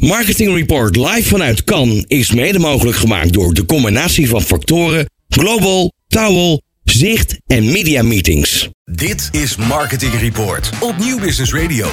Marketing Report live vanuit Cannes is mede mogelijk gemaakt door de combinatie van factoren Global, Towel, Zicht en Media Meetings. Dit is Marketing Report op Nieuw Business Radio.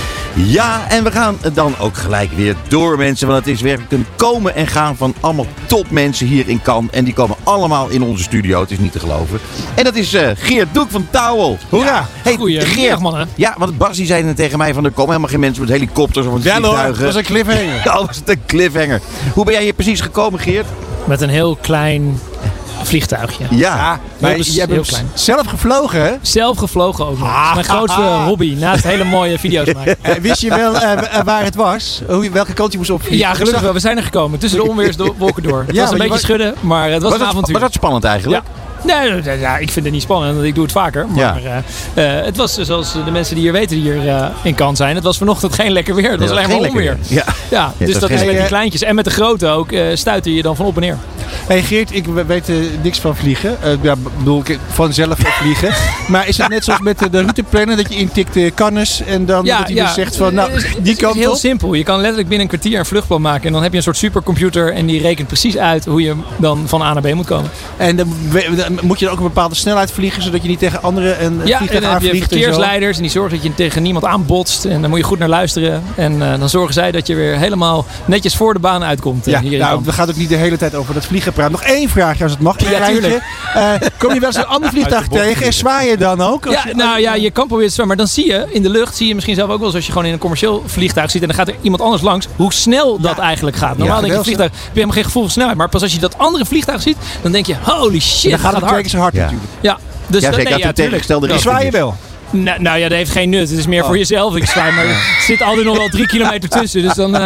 Ja, en we gaan dan ook gelijk weer door, mensen. Want het is werkelijk een komen en gaan van allemaal topmensen hier in Cannes. En die komen allemaal in onze studio. Het is niet te geloven. En dat is Geert Doek van Towel. Hoera! Ja, hey, goeiedag, mannen. Ja, want Bas die zei net tegen mij van er komen helemaal geen mensen met helikopters of vliegtuigen. Dat was een cliffhanger. Ja, was het een cliffhanger. Hoe ben jij hier precies gekomen, Geert? Met een heel klein vliegtuigje. Ja, maar je hebt hem klein. zelf gevlogen, hè? Zelf gevlogen ook nog. Mijn grootste hobby, naast hele mooie video's maken. Wist je wel waar het was? Welke kant je moest opvliegen? Ja, gelukkig wel. We zijn er gekomen. Tussen de onweerswolken door. Het was een beetje schudden, maar het was een avontuur. Was dat spannend eigenlijk? Ja. Nee, ik vind het niet spannend, want ik doe het vaker. Maar het was zoals de mensen die hier weten, die hier in Cannes zijn. Het was vanochtend geen lekker weer. Het was alleen maar onweer. Ja, dus dat is met die kleintjes. En met de grote ook stuiter je dan van op en neer. Hey Geert, ik weet niks van vliegen. Bedoel ik vanzelf vliegen. Maar is het net zoals met de routeplanner dat je intikt Cannes en dan dat hij dus zegt van nou, die kant op? Het is heel simpel. Je kan letterlijk binnen een kwartier een vliegplan maken. En dan heb je een soort supercomputer en die rekent precies uit hoe je dan van A naar B moet komen. En dan moet je dan ook een bepaalde snelheid vliegen, zodat je niet tegen anderen een vliegtuig en dan heb je aanvliegt verkeersleiders en die zorgen dat je tegen niemand aanbotst. En dan moet je goed naar luisteren. En dan zorgen zij dat je weer helemaal netjes voor de baan uitkomt. Hier in Cannes. We gaan ook niet de hele tijd over dat vliegen praten. Nog één vraagje als het mag. Ja, tuurlijk. Kom je wel eens een ander vliegtuig tegen en zwaai je dan ook? Je kan proberen te zwaaien. Maar dan zie je in de lucht, zie je misschien zelf ook wel eens als je gewoon in een commercieel vliegtuig zit en dan gaat er iemand anders langs, hoe snel dat eigenlijk gaat. Normaal denk je vliegtuig, heb je helemaal geen gevoel van snelheid. Maar pas als je dat andere vliegtuig ziet, dan denk je, holy shit, dan gaat het twee keer zo hard natuurlijk. Ja, dus ja, zeker. Ja, tegengestelde die zwaai je wel. Nou ja, dat heeft geen nut. Het is meer voor jezelf. Ik zwaai, maar er zit altijd nog wel 3 kilometer tussen. Dus dan,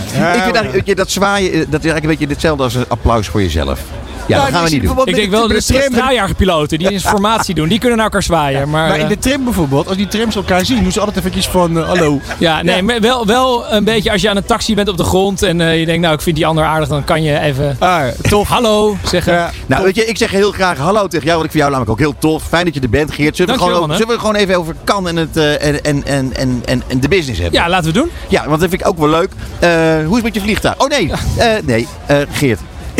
Ik vind dat zwaaien, dat is eigenlijk een beetje hetzelfde als een applaus voor jezelf. Ja, dat gaan we niet doen. Ik denk wel de straaljagerpiloten die informatie doen, die kunnen naar elkaar zwaaien. Maar in de tram bijvoorbeeld, als die trams elkaar zien, doen ze altijd eventjes van hallo. Ja, nee, maar wel een beetje als je aan een taxi bent op de grond en je denkt, nou ik vind die ander aardig, dan kan je even tof. Hallo zeggen. Ja, nou weet je, ik zeg heel graag hallo tegen jou, want ik vind jou namelijk ook heel tof. Fijn dat je er bent, Geert. Zullen we gewoon even over Cannes en de business hebben? Ja, laten we doen. Ja, want dat vind ik ook wel leuk. Hoe is het met je vliegtuig? Oh nee, Geert.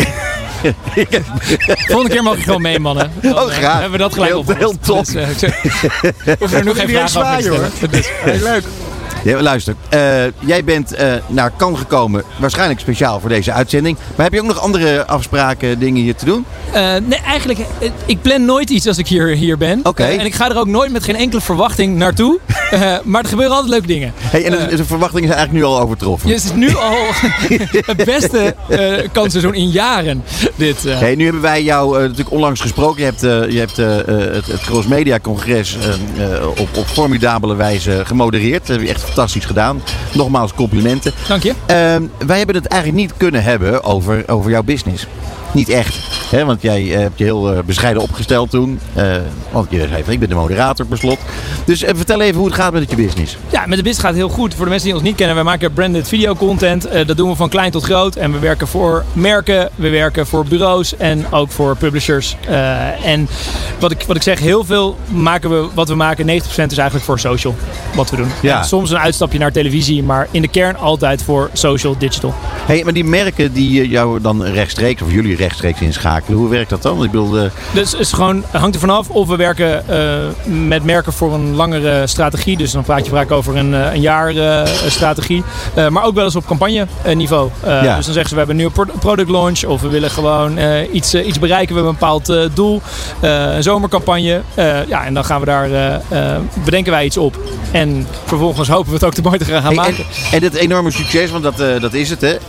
Volgende keer mag ik gewoon mee, mannen. Dan, graag. Hebben we dat gelijk op. Heel tof. Dus, hoef er nog geen vragen over te stellen. Heel leuk. Ja, luister, jij bent naar Cannes gekomen, waarschijnlijk speciaal voor deze uitzending. Maar heb je ook nog andere afspraken, dingen hier te doen? Nee, eigenlijk, ik plan nooit iets als ik hier ben. Okay. En ik ga er ook nooit met geen enkele verwachting naartoe. Maar er gebeuren altijd leuke dingen. Hey, en de verwachtingen zijn eigenlijk nu al overtroffen. Het is nu al het beste kansseizoen in jaren. Hey, nu hebben wij jou natuurlijk onlangs gesproken. Je hebt het Cross Media Congres op formidabele wijze gemodereerd. Dat heb je echt fantastisch gedaan. Nogmaals complimenten. Dank je. Wij hebben het eigenlijk niet kunnen hebben over jouw business. Niet echt. Hè? Want jij hebt je heel bescheiden opgesteld toen. Want je zei van ik ben de moderator per slot. Dus vertel even hoe het gaat met je business. Ja, met de business gaat het heel goed. Voor de mensen die ons niet kennen. Wij maken branded videocontent. Dat doen we van klein tot groot. En we werken voor merken. We werken voor bureaus. En ook voor publishers. En wat ik zeg, heel veel maken we wat we maken. 90% is eigenlijk voor social. Wat we doen. Ja. Soms een uitstapje naar televisie. Maar in de kern altijd voor social, digital. Hey, maar die merken die jou dan rechtstreeks of jullie rechtstreeks inschakelen. Hoe werkt dat dan? Ik bedoel, Dus het hangt er vanaf of we werken met merken voor een langere strategie. Dus dan praat je vaak over een jaar strategie. Maar ook wel eens op campagne niveau. Dus dan zeggen ze we hebben een nieuwe product launch. Of we willen gewoon iets bereiken. We hebben een bepaald doel. Een zomercampagne. En dan gaan we daar bedenken wij iets op. En vervolgens hopen we het ook te mooi te gaan maken. En dit enorme succes, want dat is het hè.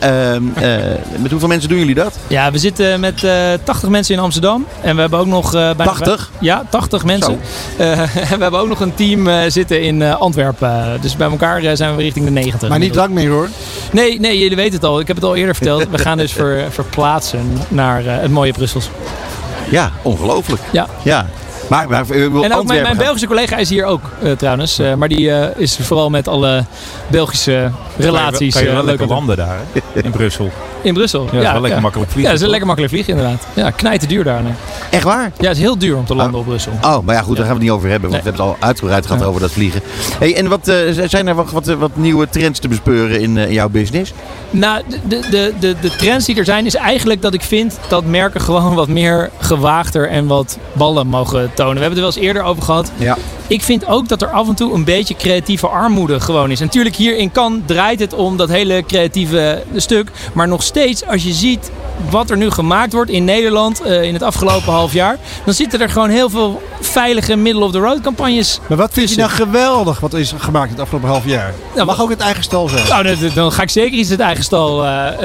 Met hoeveel mensen doen jullie dat? Ja, we zitten met 80 mensen in Amsterdam. En we hebben ook nog... bijna 80? Ja, 80 mensen. En we hebben ook nog een team zitten in Antwerpen. Dus bij elkaar zijn we richting de 90. Maar niet lang meer hoor. Nee, jullie weten het al. Ik heb het al eerder verteld. We gaan dus verplaatsen naar het mooie Brussels. Ja, ongelooflijk. Ja. Maar en ook mijn Belgische collega is hier ook trouwens. Maar die is vooral met alle Belgische relaties. Kan je wel lekker landen daar, hè? In Brussel. In Brussel? Ja, dat is wel lekker makkelijk vliegen. Ja, dat is lekker makkelijk vliegen inderdaad. Ja, knijten duur daar. Nee. Echt waar? Ja, het is heel duur om te landen op Brussel. Oh, maar ja goed, daar gaan we het niet over hebben. Want we hebben het al uitgebreid gehad over dat vliegen. Hey, en zijn er wat nieuwe trends te bespeuren in jouw business? Nou, de trends die er zijn is eigenlijk dat ik vind dat merken gewoon wat meer gewaagder en wat ballen mogen tonen. We hebben het er wel eens eerder over gehad. Ja. Ik vind ook dat er af en toe een beetje creatieve armoede gewoon is. En natuurlijk hier in Cannes draait het om dat hele creatieve stuk. Maar nog steeds, als je ziet wat er nu gemaakt wordt in Nederland in het afgelopen half jaar, dan zitten er gewoon heel veel veilige middle-of-the-road campagnes. Maar wat vind je nou geweldig wat is gemaakt het afgelopen half jaar? Nou, mag ook het eigen stal zijn? Nou, dan ga ik zeker iets het eigen stal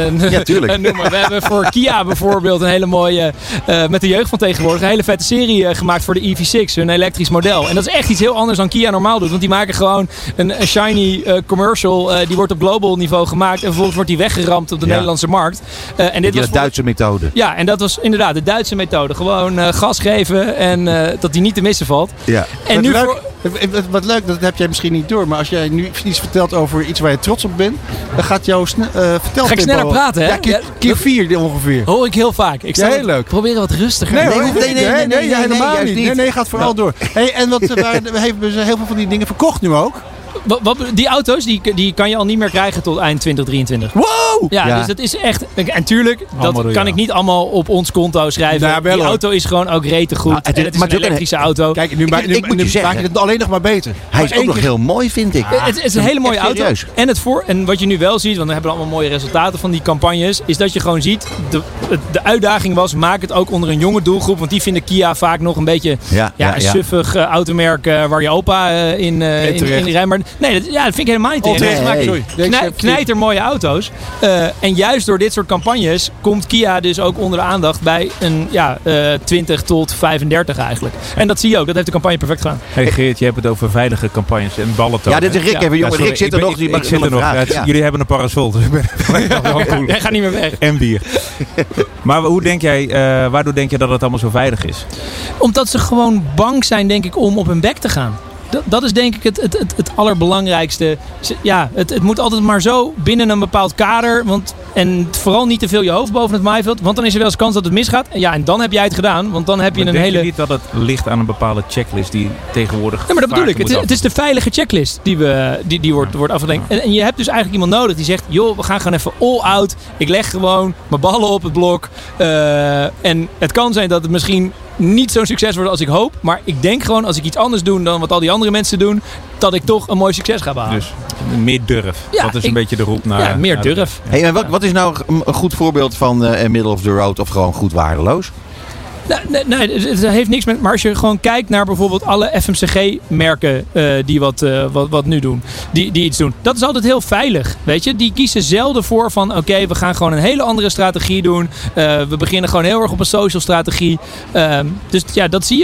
noemen. We hebben voor Kia bijvoorbeeld een hele mooie, met de jeugd van tegenwoordig, een hele vette serie gemaakt voor de EV6, een elektrisch model. En dat is echt iets heel anders dan Kia normaal doet. Want die maken gewoon een shiny commercial. Die wordt op global niveau gemaakt. En vervolgens wordt die weggeramd op de Nederlandse markt. En dit was de Duitse methode. Ja, en dat was inderdaad de Duitse methode. Gewoon gas geven en dat die niet te missen valt. Ja. En wat leuk, dat heb jij misschien niet door. Maar als jij nu iets vertelt over iets waar je trots op bent, dan gaat jouw verteltempo... Ga ik sneller praten, hè? Ja, keer 4 ongeveer. Hoor ik heel vaak. Ik heel leuk. Proberen wat rustiger. Nee, helemaal niet. Nee, gaat vooral door. Hey, en we hebben heel veel van die dingen verkocht nu ook. Die auto's die kan je al niet meer krijgen tot eind 2023. Wow! Ja, dus dat is echt... En tuurlijk, dat kan ik niet allemaal op ons konto schrijven. Nou, die auto is gewoon ook rete goed. En het is een elektrische auto. Kijk, nu maak je het alleen nog maar beter. Hij is ook nog heel mooi, vind ik. Het is een hele mooie auto. En wat je nu wel ziet, want dan hebben we allemaal mooie resultaten van die campagnes, is dat je gewoon ziet, de uitdaging was, maak het ook onder een jonge doelgroep. Want die vinden Kia vaak nog een beetje een suffig automerk waar je opa in rijdt. Maar nee, dat vind ik helemaal niet tegen. Knijter mooie auto's. En juist door dit soort campagnes komt Kia dus ook onder de aandacht bij een 20 tot 35 eigenlijk. En dat zie je ook. Dat heeft de campagne perfect gedaan. Hey Geert, je hebt het over veilige campagnes en ballen tonen. Ja, dit is Rick even, jongen. Rick zit er nog. Ik zit er nog. Jullie hebben een parasol, dus ik ben wel cool. Jij gaat niet meer weg. En bier. Maar waardoor denk je dat het allemaal zo veilig is? Omdat ze gewoon bang zijn, denk ik, om op hun bek te gaan. Dat is denk ik het allerbelangrijkste. Ja, het moet altijd maar zo binnen een bepaald kader. En vooral niet te veel je hoofd boven het maaiveld. Want dan is er wel eens kans dat het misgaat. Ja, en dan heb jij het gedaan. Want dan heb je een hele... Denk je niet dat het ligt aan een bepaalde checklist die tegenwoordig... Ja, maar dat bedoel ik. Het is de veilige checklist die wordt afgedenkt. En je hebt dus eigenlijk iemand nodig die zegt... joh, we gaan gewoon even all out. Ik leg gewoon mijn ballen op het blok. En het kan zijn dat het misschien niet zo'n succes wordt als ik hoop. Maar ik denk gewoon, als ik iets anders doe dan wat al die andere mensen doen, dat ik toch een mooi succes ga behalen. Dus meer durf. Ja, dat is een beetje de roep naar... Ja, meer durf. Hey, en wat is nou een goed voorbeeld van middle of the road of gewoon goed waardeloos? Nee, het heeft niks met... Maar als je gewoon kijkt naar bijvoorbeeld alle FMCG-merken die wat nu doen. Die iets doen. Dat is altijd heel veilig, weet je. Die kiezen zelden voor van... Oké, we gaan gewoon een hele andere strategie doen. We beginnen gewoon heel erg op een social strategie. Dus ja, dat zie je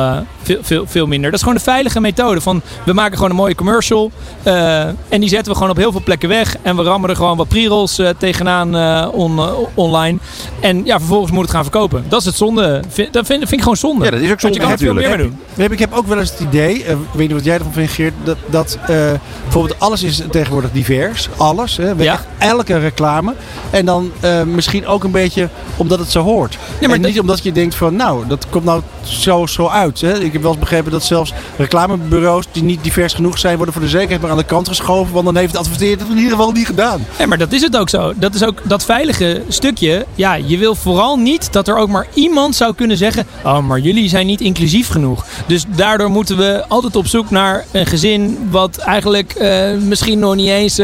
veel minder. Dat is gewoon de veilige methode. Van, we maken gewoon een mooie commercial. En die zetten we gewoon op heel veel plekken weg. En we rammen er gewoon wat pre-rolls tegenaan online. En ja, vervolgens moet het gaan verkopen. Dat is het zonde. Dat vind ik gewoon zonde. Ja, dat is ook zonde natuurlijk. Ik heb ook wel eens het idee, ik weet niet wat jij ervan vindt, Geert, dat bijvoorbeeld alles is tegenwoordig divers. Alles. Hè, echt elke reclame. En dan misschien ook een beetje omdat het zo hoort. Ja, maar en niet omdat je denkt van, nou, dat komt nou zo uit. Hè. Ik heb wel eens begrepen dat zelfs reclamebureaus die niet divers genoeg zijn, worden voor de zekerheid maar aan de kant geschoven. Want dan heeft het adverteren in ieder geval niet gedaan. Ja, maar dat is het ook zo. Dat is ook dat veilige stukje. Ja, je wil vooral niet dat er ook maar iemand zou kunnen zeggen, oh, maar jullie zijn niet inclusief genoeg. Dus daardoor moeten we altijd op zoek naar een gezin wat eigenlijk misschien nog niet eens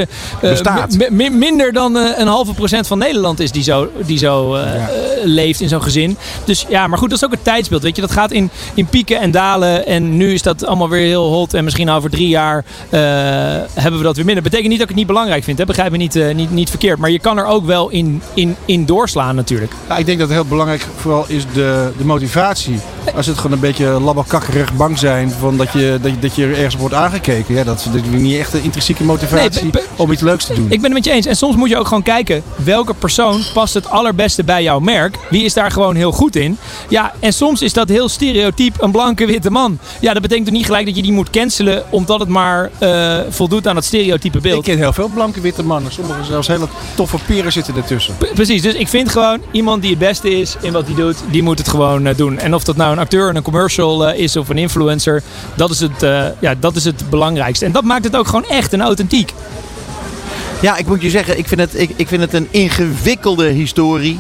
minder dan een halve procent van Nederland is die zo leeft in zo'n gezin. Dus ja, maar goed, dat is ook het tijdsbeeld. Weet je, dat gaat in pieken en dalen. En nu is dat allemaal weer heel hot. En misschien over 3 jaar hebben we dat weer minder. Dat betekent niet dat ik het niet belangrijk vind. Hè? Begrijp me niet verkeerd. Maar je kan er ook wel in doorslaan natuurlijk. Ja, ik denk dat het heel belangrijk vooral is de motivatie Als het gewoon een beetje labbekakkerig bang zijn van dat je ergens wordt aangekeken. Ja, dat is niet echt een intrinsieke motivatie om iets leuks te doen. Ik ben het met je eens. En soms moet je ook gewoon kijken welke persoon past het allerbeste bij jouw merk. Wie is daar gewoon heel goed in? Ja, en soms is dat heel stereotyp een blanke witte man. Ja, dat betekent toch niet gelijk dat je die moet cancelen omdat het maar voldoet aan dat stereotype beeld. Ik ken heel veel blanke witte mannen. Sommige zelfs hele toffe peren zitten ertussen. Precies, dus ik vind gewoon iemand die het beste is in wat hij doet, die moet het gewoon doen. En of dat nou een acteur in een commercial is of een influencer, dat is het belangrijkste. En dat maakt het ook gewoon echt en authentiek. Ja, ik moet je zeggen, ik vind het een ingewikkelde historie.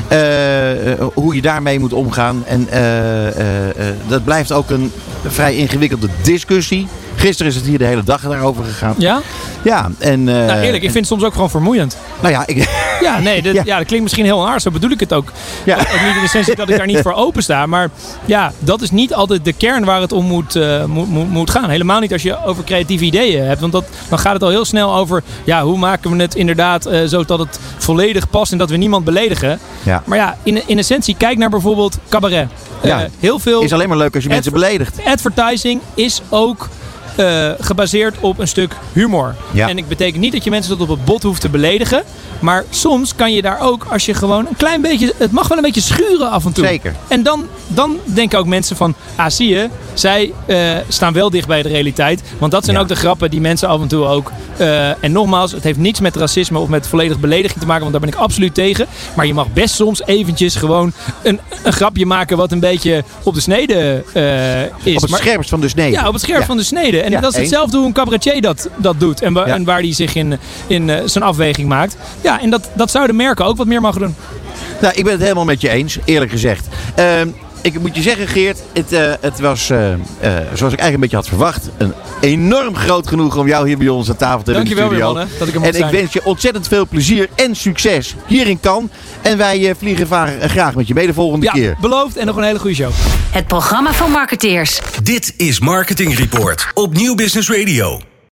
Hoe je daarmee moet omgaan. En dat blijft ook een vrij ingewikkelde discussie. Gisteren is het hier de hele dag daarover gegaan. Ja? Ja. En, eerlijk, ik vind het soms ook gewoon vermoeiend. Nou ja, dat klinkt misschien heel aardig. Zo bedoel ik het ook. Ja. Ook niet in de sensie dat ik daar niet voor open sta. Maar ja, dat is niet altijd de kern waar het om moet gaan. Helemaal niet als je over creatieve ideeën hebt. Want dan gaat het al heel snel over, ja, hoe maken we het inderdaad zodat het volledig past en dat we niemand beledigen. Ja. Maar ja, in essentie, kijk naar bijvoorbeeld cabaret. Heel veel is alleen maar leuk als je mensen beledigt. Advertising is ook gebaseerd op een stuk humor. Ja. En ik betekent niet dat je mensen tot op het bot hoeft te beledigen. Maar soms kan je daar ook, als je gewoon een klein beetje, het mag wel een beetje schuren af en toe. Zeker. En dan denken ook mensen van, zie je, zij staan wel dicht bij de realiteit. Want dat zijn ook de grappen die mensen af en toe ook. En nogmaals, het heeft niets met racisme of met volledig belediging te maken. Want daar ben ik absoluut tegen. Maar je mag best soms eventjes gewoon een grapje maken wat een beetje op de snede is. Op het scherpst van de snede. Ja, op het scherpst van de snede. En dat is hetzelfde hoe een cabaretier dat doet. En waar die zich in zijn afweging maakt. Ja, en dat zouden merken ook wat meer mogen doen. Nou, ik ben het helemaal met je eens, eerlijk gezegd. Ik moet je zeggen, Geert, het was, zoals ik eigenlijk een beetje had verwacht, een enorm groot genoegen om jou hier bij ons aan tafel te hebben in de studio. Dankjewel weer, mannen, dat ik er mocht zijn. En ik wens je ontzettend veel plezier en succes hier in Cannes. En wij vliegen graag met je mee de volgende keer. Ja, beloofd en nog een hele goede show. Het programma van marketeers. Dit is Marketing Report op Nieuw Business Radio.